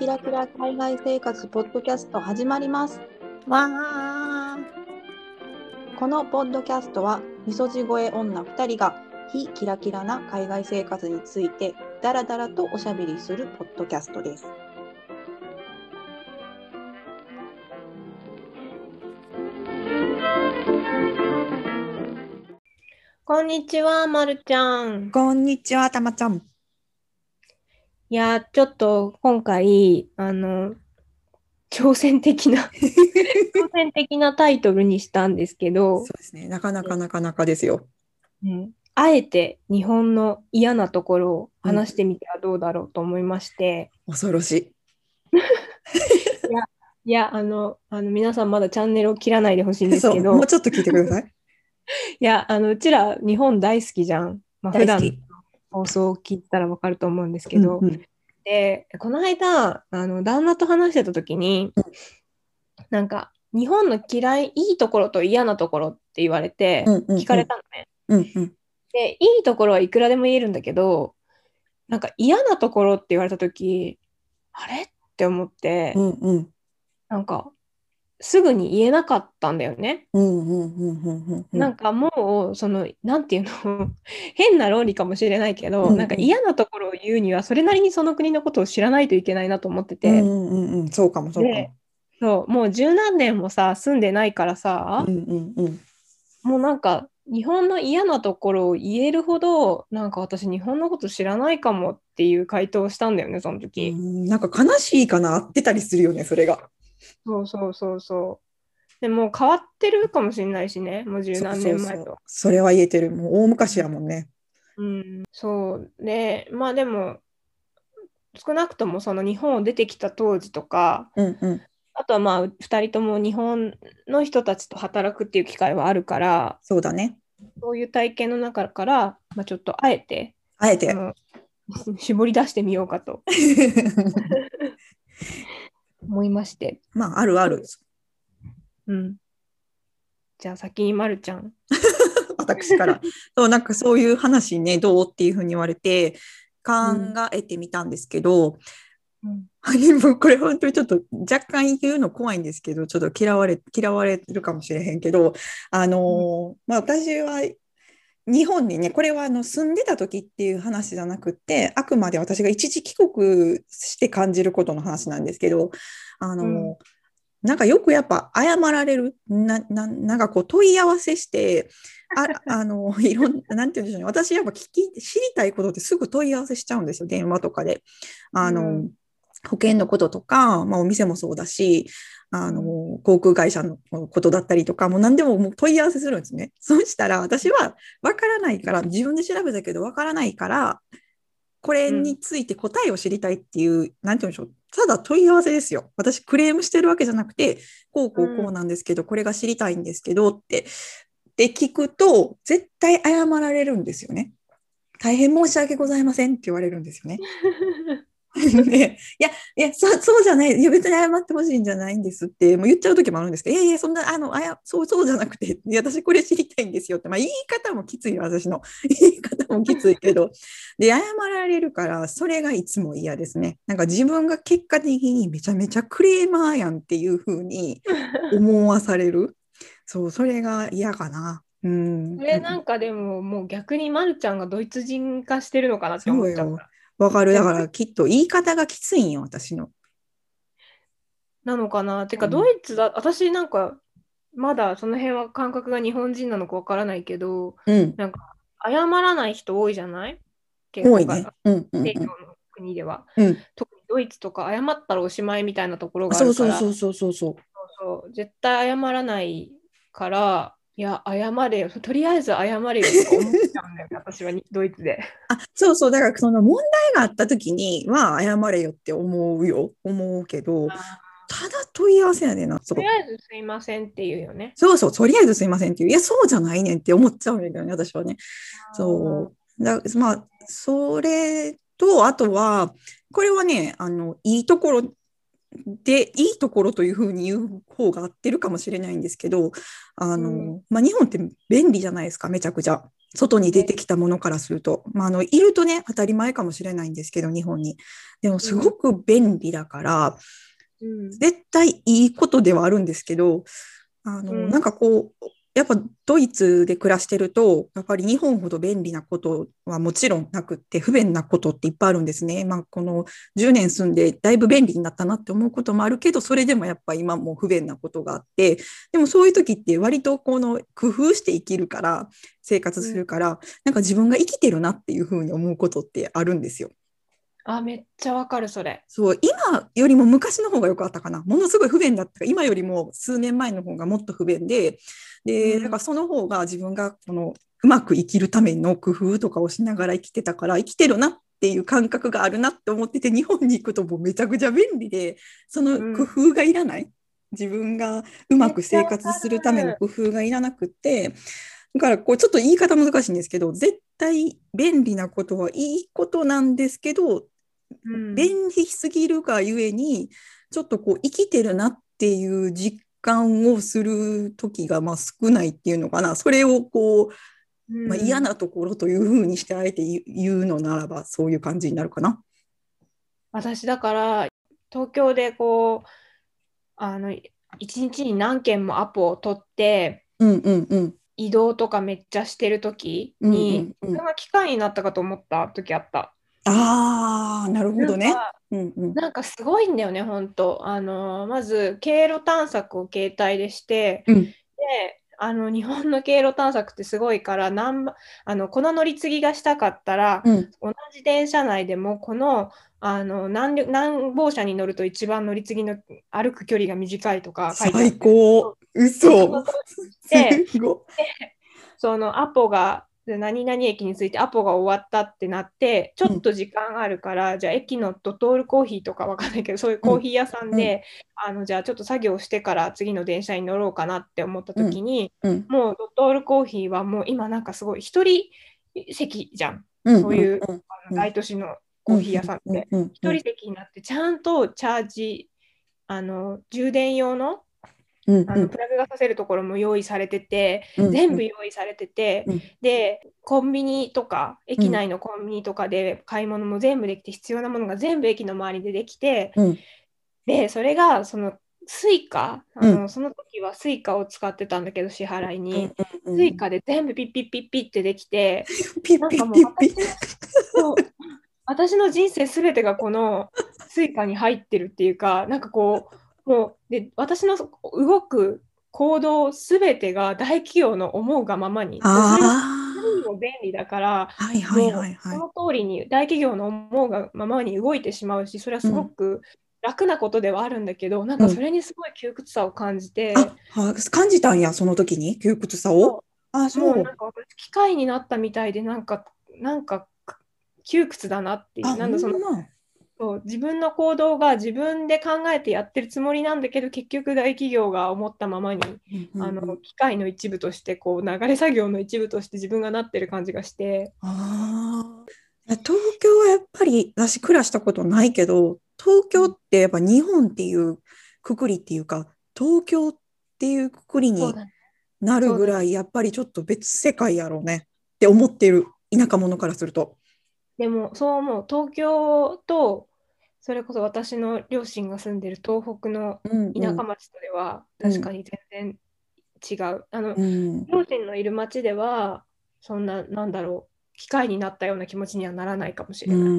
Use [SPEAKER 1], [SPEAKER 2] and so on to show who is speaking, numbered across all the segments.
[SPEAKER 1] キラキラ海外生活ポッドキャスト始まります。
[SPEAKER 2] わ
[SPEAKER 1] このポッドキャストはみそじ声女2人が非キラキラな海外生活についてダラダラとおしゃべりするポッドキャストです。
[SPEAKER 3] こんにちは、まるちゃん。
[SPEAKER 2] こんにちは、たまちゃん。
[SPEAKER 3] いや、ちょっと今回、挑戦的なタイトルにしたんですけど、
[SPEAKER 2] そうですね。なかなかですよ。
[SPEAKER 3] あえて日本の嫌なところを話してみてはどうだろうと思いまして。
[SPEAKER 2] 恐ろしい。
[SPEAKER 3] いや、皆さんまだチャンネルを切らないでほしいんですけど、
[SPEAKER 2] もうちょっと聞いてください。
[SPEAKER 3] いや、うちら日本大好きじゃん。普段の放送を聞いたらわかると思うんですけど、で、この間、旦那と話してた時に、なんか、日本のいいところと嫌なところって言われて、聞かれたのね。で、いいところはいくらでも言えるんだけど、なんか嫌なところって言われた時、あれって思って、なんか、すぐに言えなかったんだよね。なんかもう、なんていうの、変な論理かもしれないけど、なんか嫌なところを言うには、それなりにその国のことを知らないといけないなと思ってて。
[SPEAKER 2] そうかも。
[SPEAKER 3] そう、もう十何年もさ、住んでないからさ、もうなんか、日本の嫌なところを言えるほど、なんか私、日本のこと知らないかもっていう回答をしたんだよね、その時。
[SPEAKER 2] なんか悲しいかな、合ってたりするよね、それが。
[SPEAKER 3] そう。でもう変わってるかもしれないしね、もう十何年前と。
[SPEAKER 2] それは言えてる。もう大昔やもんね。
[SPEAKER 3] そうで、まあでも少なくともその日本を出てきた当時とか、あとはまあ2人とも日本の人たちと働くっていう機会はあるから、
[SPEAKER 2] そうだね。
[SPEAKER 3] そういう体験の中から、まあ、ちょっとあえて絞り出してみようかと思いまして。
[SPEAKER 2] まあ、ある。
[SPEAKER 3] じゃあ先にまるちゃん。
[SPEAKER 2] 私から。なんかそういう話ね、どうっていうふうに言われて考えてみたんですけど、これ本当にちょっと若干言うの怖いんですけど、ちょっと嫌われるかもしれへんけど、私は日本にね、これは住んでた時っていう話じゃなくて、あくまで私が一時帰国して感じることの話なんですけど、なんかよくやっぱ謝られる、なんかこう問い合わせして、いろんな、なんて言うんでしょうね、私やっぱ知りたいことってすぐ問い合わせしちゃうんですよ、電話とかで。保険のこととか、お店もそうだし、航空会社のことだったりとか、もう何でも問い合わせするんですね。そうしたら私は分からないから、自分で調べたけど分からないから、これについて答えを知りたいっていう、なんて言うんでしょう。ただ問い合わせですよ。私クレームしてるわけじゃなくて、こうなんですけど、これが知りたいんですけどって聞くと、絶対謝られるんですよね。大変申し訳ございませんって言われるんですよね。ね、いやそうじゃない、いや別に謝ってほしいんじゃないんですってもう言っちゃう時もあるんですけど、いやそんなそうじゃなくて、いや私これ知りたいんですよって、言い方もきついよ、私の言い方もきついけど、で謝られるからそれがいつも嫌ですね。なんか自分が結果的にめちゃめちゃクレーマーやんっていう風に思わされるそれが嫌かな。
[SPEAKER 3] それなんかでももう逆にまるちゃんがドイツ人化してるのかなって思っちゃう。
[SPEAKER 2] わかる。だからきっと言い方がきついんよ、私の。
[SPEAKER 3] なのかな。てか、ドイツ私なんか、まだその辺は感覚が日本人なのかわからないけど、なんか、謝らない人多いじゃない？結構が、西洋の国では。特にドイツとか、謝ったらおしまいみたいなところがあるから。そう絶対謝らないから、いや、謝れよ。とりあえず謝れよとか思っちゃうんだよね、私はドイツで。
[SPEAKER 2] そう、だからその問題があった時には謝れよって思うけど、ただ問い合わせやねんな。
[SPEAKER 3] とりあえずすいませんって言うよね。
[SPEAKER 2] そう、とりあえずすいませんって言う。いや、そうじゃないねんって思っちゃうんだよね、私はね。それと、あとは、これはね、いいところというふうに言う方が合ってるかもしれないんですけど、日本って便利じゃないですか、めちゃくちゃ。 外に出てきたものからすると、いるとね当たり前かもしれないんですけど日本にでもすごく便利だから、絶対いいことではあるんですけどなんかこうやっぱドイツで暮らしてるとやっぱり日本ほど便利なことはもちろんなくって不便なことっていっぱいあるんですね。この10年住んでだいぶ便利になったなって思うこともあるけどそれでもやっぱ今も不便なことがあってでもそういう時って割とこの工夫して生きるから生活するから、なんか自分が生きてるなっていうふうに思うことってあるんですよ。
[SPEAKER 3] めっちゃわかるそれ。
[SPEAKER 2] そう今よりも昔の方が良かったかな。ものすごい不便だったから今よりも数年前の方がもっと不便でだからその方が自分がこのうまく生きるための工夫とかをしながら生きてたから生きてるなっていう感覚があるなって思ってて日本に行くともうめちゃくちゃ便利でその工夫がいらない、自分がうまく生活するための工夫がいらなくってだからこうちょっと言い方難しいんですけど絶対便利なことはいいことなんですけど、便利すぎるがゆえにちょっとこう生きてるなっていう実感をする時が少ないっていうのかな。それをこう、嫌なところというふうにしてあえて言うのならばそういう感じになるかな。
[SPEAKER 3] 私だから東京でこう一日に何件もアポを取って、移動とかめっちゃしてる時に、それが機会になったかと思った時あった。
[SPEAKER 2] なるほどね。
[SPEAKER 3] なんかすごいんだよね本当。まず経路探索を携帯でして、で日本の経路探索ってすごいからこの乗り継ぎがしたかったら、同じ電車内でもこの何号車に乗ると一番乗り継ぎの歩く距離が短いとか書いてあって
[SPEAKER 2] 最高嘘
[SPEAKER 3] でそのアポが何々駅に着いてアポが終わったってなってちょっと時間あるから、じゃあ駅のドトールコーヒーとかわかんないけどそういうコーヒー屋さんで、じゃあちょっと作業してから次の電車に乗ろうかなって思った時に、もうドトールコーヒーはもう今なんかすごい一人席じゃん、そういう大都市のコーヒー屋さんって一人席になってちゃんとチャージ充電用のプラグがさせるところも用意されてて、全部用意されてて、でコンビニとか駅内のコンビニとかで買い物も全部できて必要なものが全部駅の周りでできて、でそれがそのスイカその時はスイカを使ってたんだけど支払いに、スイカで全部ピッピッピッピッってできてなんかもう私の人生すべてがこのスイカに入ってるっていうか、なんかこうもうで私の動く行動すべてが大企業の思うがままに、それが何も便利だから、もうその通りに大企業の思うがままに動いてしまうし、それはすごく楽なことではあるんだけど、なんかそれにすごい窮屈さを感じて、
[SPEAKER 2] 感じたんやその時に窮屈さを。
[SPEAKER 3] もうなんか私機械になったみたいでなんか窮屈だなっていう。なんだそう自分の行動が自分で考えてやってるつもりなんだけど結局大企業が思ったままに、機械の一部としてこう流れ作業の一部として自分がなってる感じがして。
[SPEAKER 2] 東京はやっぱり私暮らしたことないけど東京ってやっぱ日本っていうくくりっていうか東京っていうくくりになるぐらいやっぱりちょっと別世界やろうねって思ってる田舎者からすると。
[SPEAKER 3] でもそう思う。東京とそれこそ私の両親が住んでる東北の田舎町とでは確かに全然違う。両親のいる町ではそんななんだろう機械になったような気持ちにはならないかもしれない。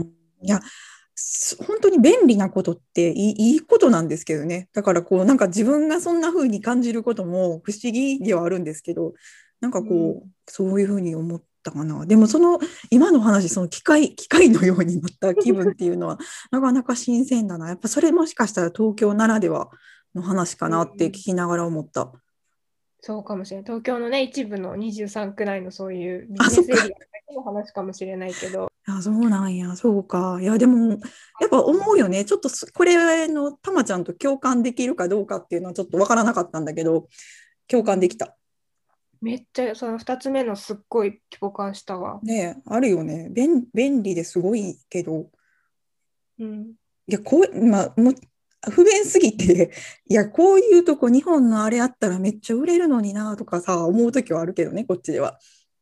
[SPEAKER 2] いや本当に便利なことっていいことなんですけどね。だからこうなんか自分がそんな風に感じることも不思議ではあるんですけどなんかこう、そういう風に思ったかな。でもその今の話その機械のようになった気分っていうのはなかなか新鮮だな。やっぱそれもしかしたら東京ならではの話かなって聞きながら思った。
[SPEAKER 3] そうかもしれない。東京のね一部の23区内のそういうビジネスエリアだけの話かもしれないけど。
[SPEAKER 2] そうなんや、そうか。いや、でも、やっぱ思うよね。ちょっとこれのたまちゃんと共感できるかどうかっていうのはちょっとわからなかったんだけど、共感できた。
[SPEAKER 3] めっちゃ、その2つ目のすっごい共感したわ。
[SPEAKER 2] ねえ、あるよね。便利ですごいけど、いや、もう不便すぎて、いや、こういうとこ日本のあれあったらめっちゃ売れるのになとかさ、思うときはあるけどね、こっちでは。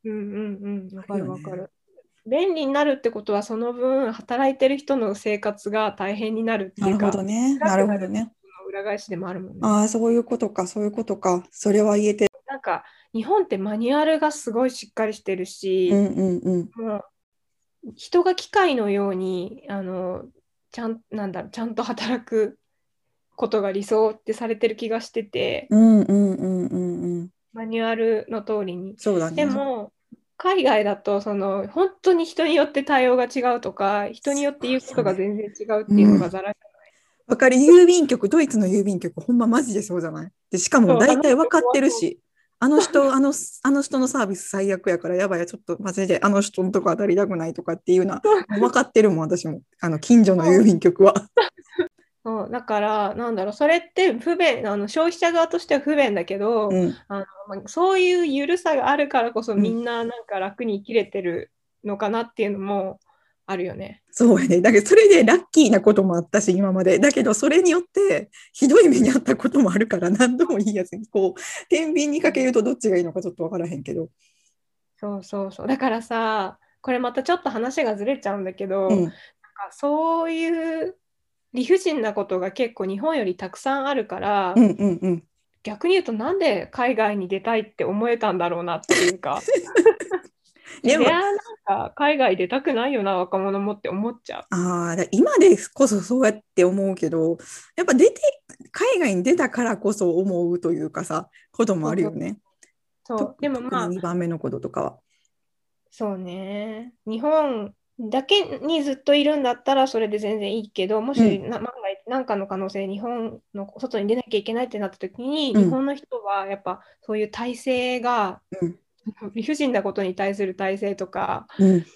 [SPEAKER 3] わかるわかる。便利になるってことはその分働いてる人の生活が大変になるっていうか、
[SPEAKER 2] なるほどね。なるほどね。
[SPEAKER 3] 裏返しでもあるもんね。
[SPEAKER 2] ああ、そういうことか、そういうことか。それは言えてる。
[SPEAKER 3] なんか日本ってマニュアルがすごいしっかりしてるし、もう人が機械のようにちゃんと働くことが理想ってされてる気がしてて、マニュアルの通りに。
[SPEAKER 2] そうだね。
[SPEAKER 3] でも海外だと本当に人によって対応が違うとか、人によって言うことが全然違うっていうのがざらじゃない。
[SPEAKER 2] わかる。郵便局、ドイツの郵便局、ほんまマジでそうじゃない。で、しかも大体分かってるし、あの人のサービス最悪やからやばい、ちょっとマジであの人のとこ当たりたくないとかっていうのは分かってるもん、私も。近所の郵便局は。
[SPEAKER 3] そうだからそれって不便、消費者側としては不便だけど、そういう緩さがあるからこそみんななんか楽に生きれてるのかなっていうのもあるよね。
[SPEAKER 2] そうやね。だけどそれでラッキーなこともあったし今まで。だけどそれによってひどい目にあったこともあるから何度もいいやつに天秤にかけるとどっちがいいのかちょっと分からへんけど。
[SPEAKER 3] そうだからさ、これまたちょっと話がずれちゃうんだけど、なんかそういう理不尽なことが結構日本よりたくさんあるから、逆に言うとなんで海外に出たいって思えたんだろうなっていうかでもなんか海外出たくないよな若者もって思っちゃう。
[SPEAKER 2] 今でこそそうやって思うけど、やっぱ海外に出たからこそ思うというかさ、こともあるよね。
[SPEAKER 3] でも
[SPEAKER 2] 特に2番目のこととかは。
[SPEAKER 3] そうね。日本だけにずっといるんだったらそれで全然いいけど、もし万が一何かの可能性で日本の外に出なきゃいけないってなった時に、日本の人はやっぱそういう体制が、理不尽なことに対する体制とか、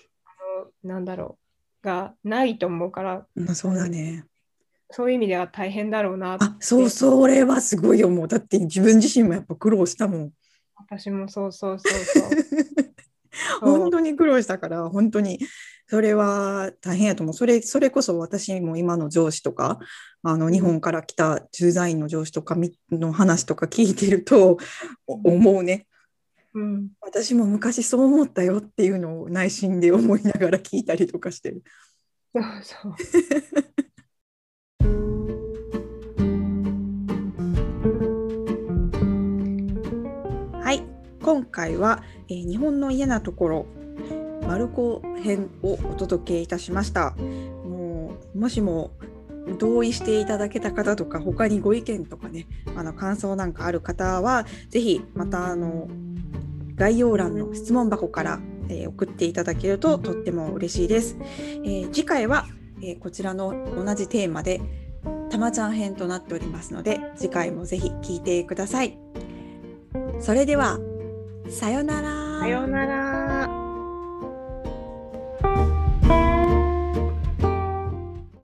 [SPEAKER 3] がないと思うから、
[SPEAKER 2] そうだね。
[SPEAKER 3] そういう意味では大変だろうなって。
[SPEAKER 2] それはすごい思う。だって自分自身もやっぱ苦労したもん。
[SPEAKER 3] 私もそう。
[SPEAKER 2] 本当に苦労したから本当にそれは大変やと思う。それこそ私も今の上司とか日本から来た駐在員の上司とかの話とか聞いてると思うね。私も昔そう思ったよっていうのを内心で思いながら聞いたりとかしてる。
[SPEAKER 3] そう
[SPEAKER 2] はい、今回は、日本の嫌なところマルコ編をお届けいたしました。もしも同意していただけた方とか他にご意見とかね感想なんかある方はぜひまた概要欄の質問箱から、送っていただけるととっても嬉しいです。次回は、こちらの同じテーマでたまちゃん編となっておりますので次回もぜひ聞いてください。それではさよなら。
[SPEAKER 3] さよなら。